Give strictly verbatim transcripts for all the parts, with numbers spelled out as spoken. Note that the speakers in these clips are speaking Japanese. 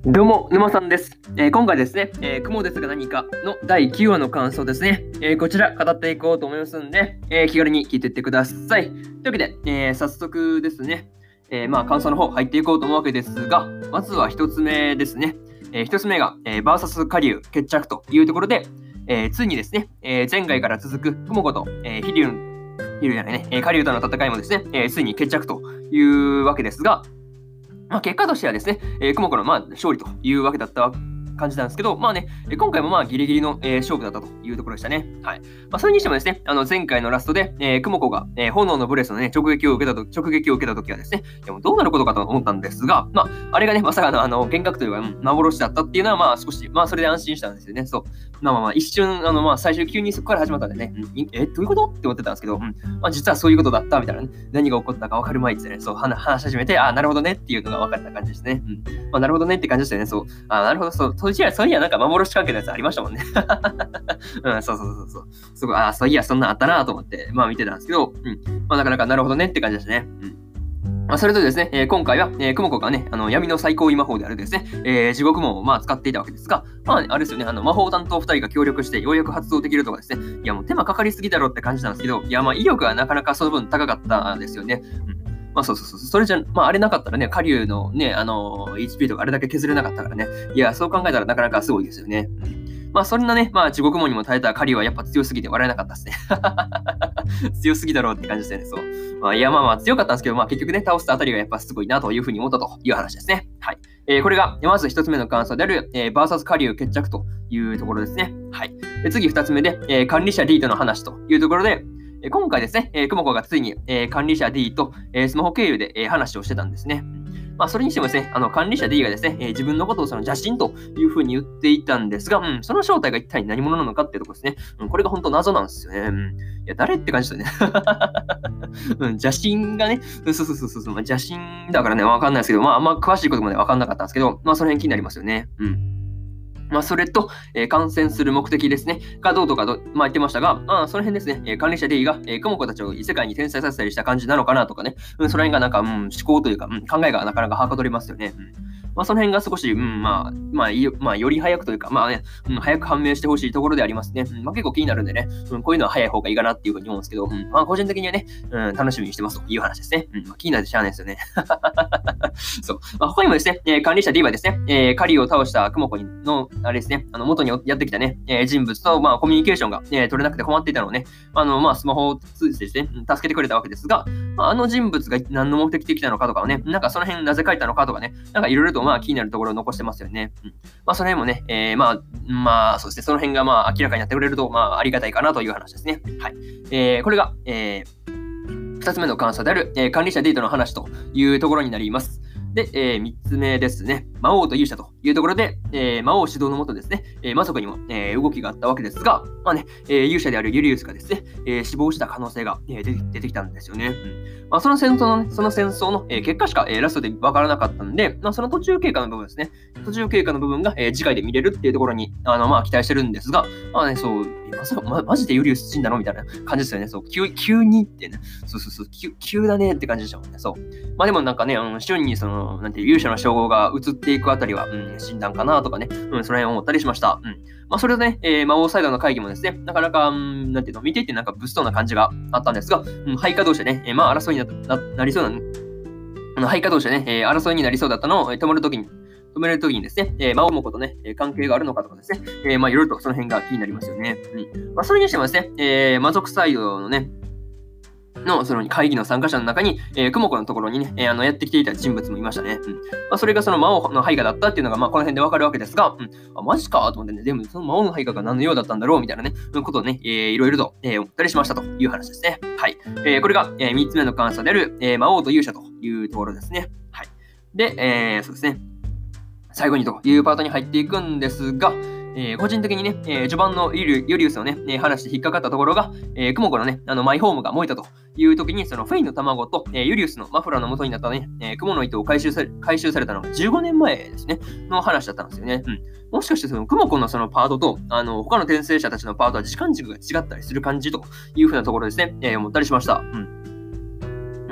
どうも、沼さんです。えー今回ですね、えー雲ですが何かのだいきゅうわの感想ですね。えーこちら語っていこうと思いますんで、えー気軽に聞いていってください。というわけで、えー早速ですね、えーまあ感想の方入っていこうと思うわけですが、まずは一つ目ですね。えー一つ目が、えー、バーサス 下流決着というところで、えーついにですね、えー前回から続く雲子と、えー、飛龍飛龍じゃないね、えー、下流との戦いもですね、えーついに決着というわけですが、まあ、結果としてはですね、えー、雲子のまあ勝利というわけだった感じなんですけど、まあね、えー今回もまあギリギリの、えー勝負だったというところでしたね。はい。まあ、それにしてもですね、あの前回のラストで、えー、雲子が、えー炎のブレスのね、直撃を受けたと、直撃を受けた時はですね、いやもうどうなることかと思ったんですが、まあ、あれがね、まさかのあの幻覚というか、うん幻だったっていうのは、まあ少し、まあそれで安心したんですよね。そう。まあまあまあ、一瞬、あのまあ最初急にそこから始まったんでね、うんいえ、どういうことって思ってたんですけど、うんまあ、実はそういうことだったみたいなね、何が起こったか分かるまいってね、そう話話し始めて、ああ、なるほどねっていうのが分かった感じですね。うんまあ、なるほどねって感じですよね。そう。あなるほど、そう。そういや、そういや、なんか幻関係のやつありましたもんね。うん、そうそうそうそう。すごい、あそういや、そんなんあったなと思って、まあ見てたんですけど、うん。まあなかなかなるほどねって感じですね。うん。まあ、それとですね、えー今回は、えー、雲子がね、あの闇の最高位魔法であるですね、えー地獄門をまあ使っていたわけですが、まあ、あれですよね、あの魔法担当ふたりが協力してようやく発動できるとかですね、いやもう手間かかりすぎだろうって感じなんですけど、いやまあ威力はなかなかその分高かったですよね。うんまあそうそうそう、それじゃ、まああれなかったらね、下流のね、あのー、エイチピー とかあれだけ削れなかったからね、いや、そう考えたらなかなかすごいですよね。うんまあそんなね、まあ地獄門にも耐えた下流はやっぱ強すぎて笑えなかったですね。強すぎだろうって感じですよね、そう。まあいやまあまあ強かったんですけど、まあ結局ね、倒したあたりがやっぱすごいなというふうに思ったという話ですね。はい。えーこれが、まず一つ目の感想である、えー、バーサス下流決着というところですね。はい。で次二つ目で、えー管理者 D との話というところで、えー今回ですね、えー、雲子がついに、えー管理者 D と、えースマホ経由で、えー話をしてたんですね。まあ、それにしてもですね、あの管理者 D がですね、えー自分のことをその邪神というふうに言っていたんですが、うん、その正体が一体何者なのかっていうところですね。うん、これが本当謎なんですよね。うん、いや、誰って感じですよね。うん、邪神がね、うんそうそうそうそう、まあ、邪神だからね、わかんないですけど、まあ、あんま詳しいことまでわかんなかったんですけど、まあ、その辺気になりますよね。うん。まあ、それと、えー感染する目的ですね。がどうとかと、まあ、言ってましたが、まあ、その辺ですね、えー管理者 D が、えー、雲子たちを異世界に転載させたりした感じなのかなとかね、うん、その辺がなんか、うん、思考というか、うん、考えがなかなかはかどりますよね。うんまあ、その辺が少し、うん、まあ、まあ、いまあ、より早くというか、まあね、うん、早く判明してほしいところでありますね。うんまあ、結構気になるんでね、うん、こういうのは早い方がいいかなっていうふうに思うんですけど、うんまあ、個人的にはね、うん、楽しみにしてますという話ですね。うんまあ、気になってしゃあないですよね。そう。まあ、他にもですね、えー管理者 D はですね、えー、カリを倒した雲子の、あれですね、あの、元にやってきたね、えー人物と、まあ、コミュニケーションが、えー取れなくて困っていたのをね、あの、まあ、スマホを通じてですね、助けてくれたわけですが、まあ、あの人物が何の目的で来たのかとかをね、なんかその辺なぜ書いたのかとかね、なんかいろいろとまあ気になるところを残してますよね。うん。まあ、その辺もね、えー、まあ、まあ、そしてその辺がまあ明らかになってくれると、まあ、ありがたいかなという話ですね。はい。えー、これが、えー、二つ目の感想である、えー管理者 D との話というところになります。で、えー、三つ目ですね。魔王と勇者というところで、えー魔王指導のもとですね、えー魔族にも、えー動きがあったわけですが、まあね、えー勇者であるユリウスがですね、えー死亡した可能性が、えー出て出てきたんですよね。うんまあ、その戦争の、ね、その戦争の、えー結果しか、えーラストで分からなかったんで、まあ、その途中経過の部分ですね。途中経過の部分が、えー次回で見れるっていうところに、あの、まあ、期待してるんですが、まあね、そう、えまさか、ま、マジでユリウス死んだのみたいな感じですよね。そう、急急にってね。そうそうそう、急急だねって感じでしたもんね。そう。まあでもなんかね、うん、瞬にその、なんていう勇者の称号が移っていくあたりは、うん、診断かなとかね、うん、その辺思ったりしました。うん。まあそれでね、えー魔王サイドの会議もですね、なかなか、うん、なんていうの、見ていてなんか物騒な感じがあったんですが、うん、廃化同士でね、えーまあ争いになななりそうな、あの廃化同士でね、えー争いになりそうだったのを、えー止めるときに、止めるときにですね、えー、魔王もことね、えー関係があるのかとかですね、えーまあいろいろとその辺が気になりますよね。うんまあそれにしてもですね、えー魔族サイドのね、のその会議の参加者の中に、えー、雲子のところにね、えーあのやってきていた人物もいましたね。うんまあ、それがその魔王の配下だったっていうのが、まあ、この辺でわかるわけですが、うん、あマジかと思ってね、でもその魔王の配下が何の用だったんだろうみたいなね、ことをね、えー、いろいろと、えー、思ったりしましたという話ですね。はい。えー、これが、えー、みっつめの感想である、えー、魔王と勇者というところですね。はい。で、えー、そうですね。最後にというパートに入っていくんですが、えー個人的にね、えー序盤のユリユリウスのね、えー話で引っかかったところが、えー、クモコのね、あのマイホームが燃えたという時に、そのフェイの卵と、えーユリウスのマフラーの元になったね、えー、クモの糸を回収され回収されたのがじゅうごねんまえですね、の話だったんですよね。うん。もしかしてそのクモコのそのパートと、あの、他の転生者たちのパートは時間軸が違ったりする感じというふうなところですね、えー思ったりしました。うん。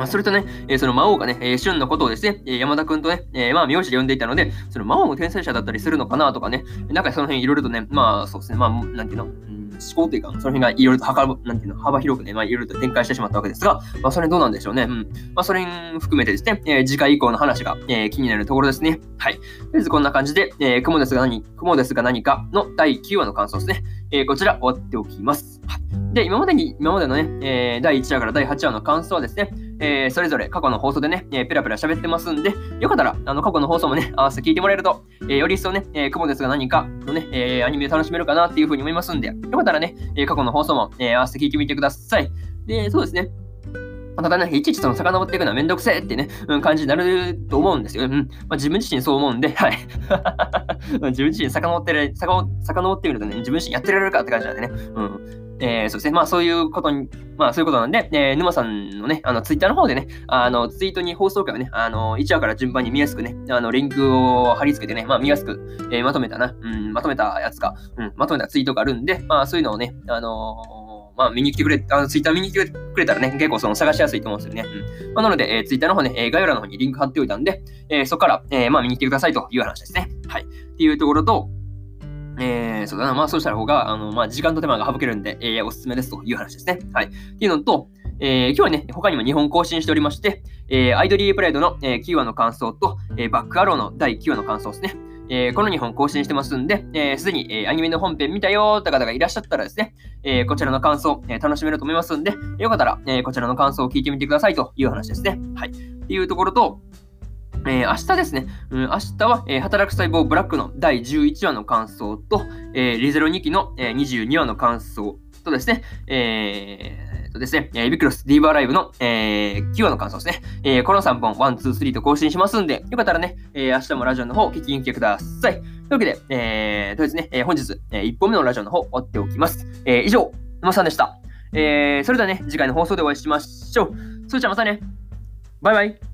まあ、それとね、えー、その魔王がね、えー、シュンのことをですね、えー、山田くんとね、えー、まあ、名字で呼んでいたので、その魔王も天才者だったりするのかなとかね、なんかその辺いろいろとね、まあ、そうですね、まあ、なんていうの、うん、思考というか、その辺がいろいろと幅、なんていうの、幅広くね、まあ、いろいろと展開してしまったわけですが、まあ、それどうなんでしょうね。うん。まあ、それ含めてですね、えー、次回以降の話が、えー、気になるところですね。はい。とりあえずこんな感じで、えー、雲ですが何、雲ですが何かのだいきゅうわの感想ですね。えー、こちら終わっておきます。はい。で、今までに、今までのね、えー、だいいちわからだいはちわの感想はですね、えー、それぞれ過去の放送でね、えー、ペラペラ喋ってますんで、よかったら、あの、過去の放送もね、合わせて聞いてもらえると、えー、より一層ね、えー、雲ですが何かのね、えー、アニメで楽しめるかなっていうふうに思いますんで、よかったらね、えー、過去の放送も、えー、合わせて聞いてみてください。で、そうですね。ただね、いちいちその遡っていくのはめんどくせえってね、うん、感じになると思うんですよ。うん。まあ、自分自身そう思うんで、はい。自分自身遡ってる、遡ってみるとね、自分自身やってられるかって感じなんでね。うん。えー、そうですね。まあそういうことに、まあそういうことなんで、えー、沼さんのね、あの、ツイッターの方でね、あの、ツイートに放送回をね、あの、いちわから順番に見やすくね、あの、リンクを貼り付けてね、まあ見やすく、えー、まとめたな、うん、まとめたやつか、うん、まとめたツイートがあるんで、まあそういうのをね、あのーまあ、見に来てくれ、あの、ツイッター見に来てくれたらね、結構その探しやすいと思うんですよね。うん。まあ、なので、えー、ツイッターの方ね、えー、概要欄の方にリンク貼っておいたんで、えー、そこから、えー、まあ、見に来てくださいという話ですね。はい。っていうところと、えー、そうだな、まあ、そうした方が、あの、まあ、時間と手間が省けるんで、えー、おすすめですという話ですね。はい。っていうのと、えー、今日はね、他にもにほん更新しておりまして、えー、アイドリープライドの、えー、きゅうわの感想と、えー、バックアローのだいきゅうわの感想ですね。えー、このにほん更新してますんで、す、えー、で、に、えー、アニメの本編見たよーって方がいらっしゃったらですね、えー、こちらの感想、えー、楽しめると思いますんで、よかったら、えー、こちらの感想を聞いてみてくださいという話ですね。はい。っていうところと、えー、明日ですね、うん、明日は、えー、働く細胞ブラックのだいじゅういちわの感想と、えー、リゼロにきの、えー、にじゅうにわの感想とですね、えーとですね、えー、ビクロスディーバーライブの、えー、きゅうわの感想ですね。えー、このさんぼん、ワン、ツー、スリーと更新しますんで、よかったらね、えー、明日もラジオの方聞きに来てください。というわけで、えー、とですね、えー、本日、えー、いっぽんめのラジオの方終わっておきます。えー、以上、沼さんでした。えー、それではね、次回の放送でお会いしましょう。それじゃあまたね。バイバイ。